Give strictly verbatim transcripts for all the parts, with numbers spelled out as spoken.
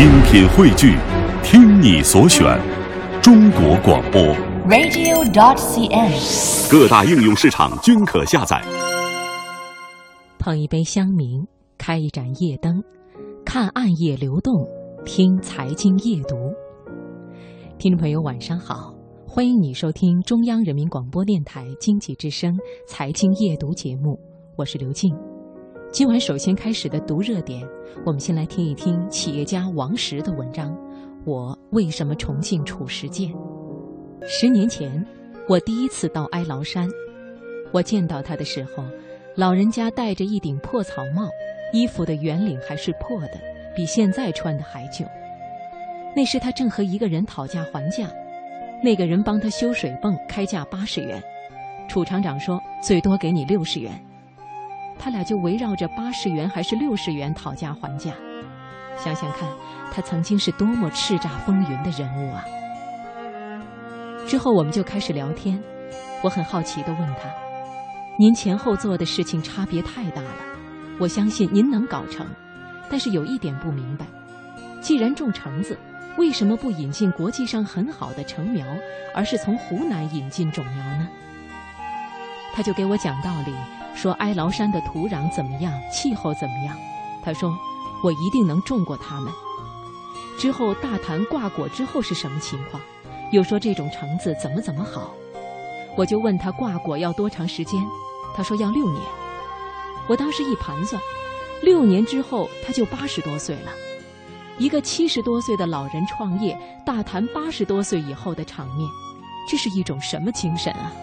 精品汇聚，听你所选，中国广播 radio dot c n， 各大应用市场均可下载。 捧一杯香茗，开一盏夜灯，看暗夜流动，听财经夜读。听众朋友晚上好，欢迎你收听中央人民广播电台经济之声财经夜读节目，我是刘静。今晚首先开始的读热点，我们先来听一听企业家王石的文章，我为什么崇敬褚时健。十年前我第一次到哀牢山，我见到他的时候，老人家戴着一顶破草帽，衣服的圆领还是破的，比现在穿的还旧。那时他正和一个人讨价还价，那个人帮他修水泵，开价八十元，褚厂长说最多给你六十元。他俩就围绕着八十元还是六十元讨价还价。想想看，他曾经是多么叱咤风云的人物啊！之后我们就开始聊天，我很好奇地问他，您前后做的事情差别太大了，我相信您能搞成，但是有一点不明白，既然种橙子，为什么不引进国际上很好的橙苗，而是从湖南引进种苗呢？他就给我讲道理，说哀牢山的土壤怎么样，气候怎么样。他说我一定能种过它们。之后大谈挂果之后是什么情况，又说这种橙子怎么怎么好。我就问他挂果要多长时间，他说要六年。我当时一盘算，六年之后他就八十多岁了。一个七十多岁的老人创业，大谈八十多岁以后的场面，这是一种什么精神啊？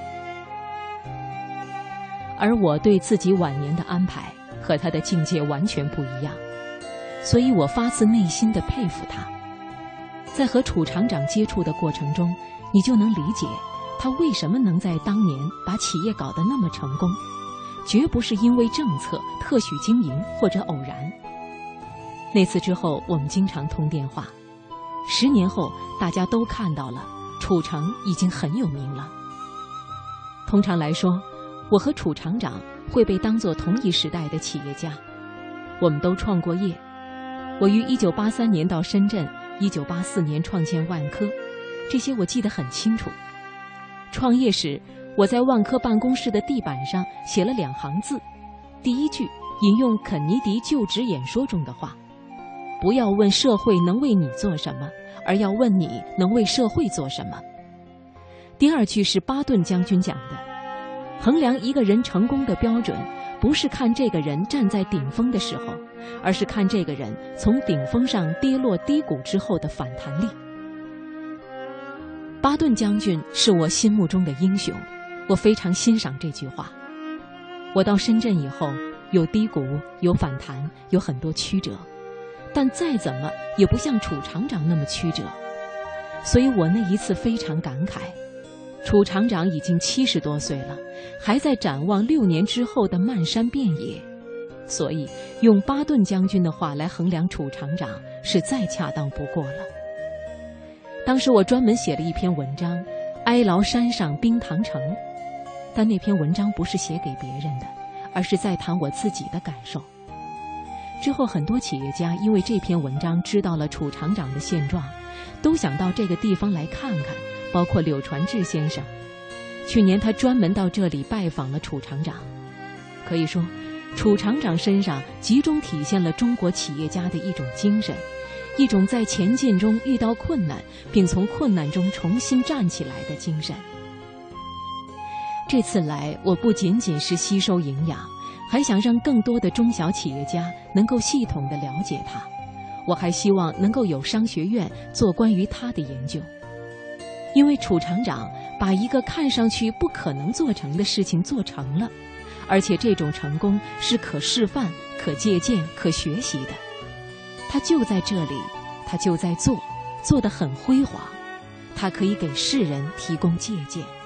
而我对自己晚年的安排和他的境界完全不一样，所以我发自内心地佩服他。在和褚厂长接触的过程中，你就能理解他为什么能在当年把企业搞得那么成功，绝不是因为政策、特许经营或者偶然。那次之后我们经常通电话，十年后大家都看到了褚城已经很有名了。通常来说，我和褚厂长会被当作同一时代的企业家，我们都创过业。我于一九八三年到深圳，一九八四年创建万科，这些我记得很清楚。创业时，我在万科办公室的地板上写了两行字，第一句引用肯尼迪就职演说中的话，不要问社会能为你做什么，而要问你能为社会做什么。第二句是巴顿将军讲的，衡量一个人成功的标准，不是看这个人站在顶峰的时候，而是看这个人从顶峰上跌落低谷之后的反弹力。巴顿将军是我心目中的英雄，我非常欣赏这句话。我到深圳以后，有低谷，有反弹，有很多曲折，但再怎么也不像褚厂长那么曲折，所以我那一次非常感慨。褚厂长已经七十多岁了，还在展望六年之后的漫山遍野，所以用巴顿将军的话来衡量褚厂长是再恰当不过了。当时我专门写了一篇文章《哀牢山上冰糖橙》，但那篇文章不是写给别人的，而是在谈我自己的感受。之后很多企业家因为这篇文章知道了褚厂长的现状，都想到这个地方来看看，包括柳传志先生。去年他专门到这里拜访了褚厂长。可以说，褚厂长身上集中体现了中国企业家的一种精神，一种在前进中遇到困难，并从困难中重新站起来的精神。这次来，我不仅仅是吸收营养，还想让更多的中小企业家能够系统地了解他。我还希望能够有商学院做关于他的研究。因为褚厂长把一个看上去不可能做成的事情做成了，而且这种成功是可示范、可借鉴、可学习的。他就在这里，他就在做，做得很辉煌，他可以给世人提供借鉴。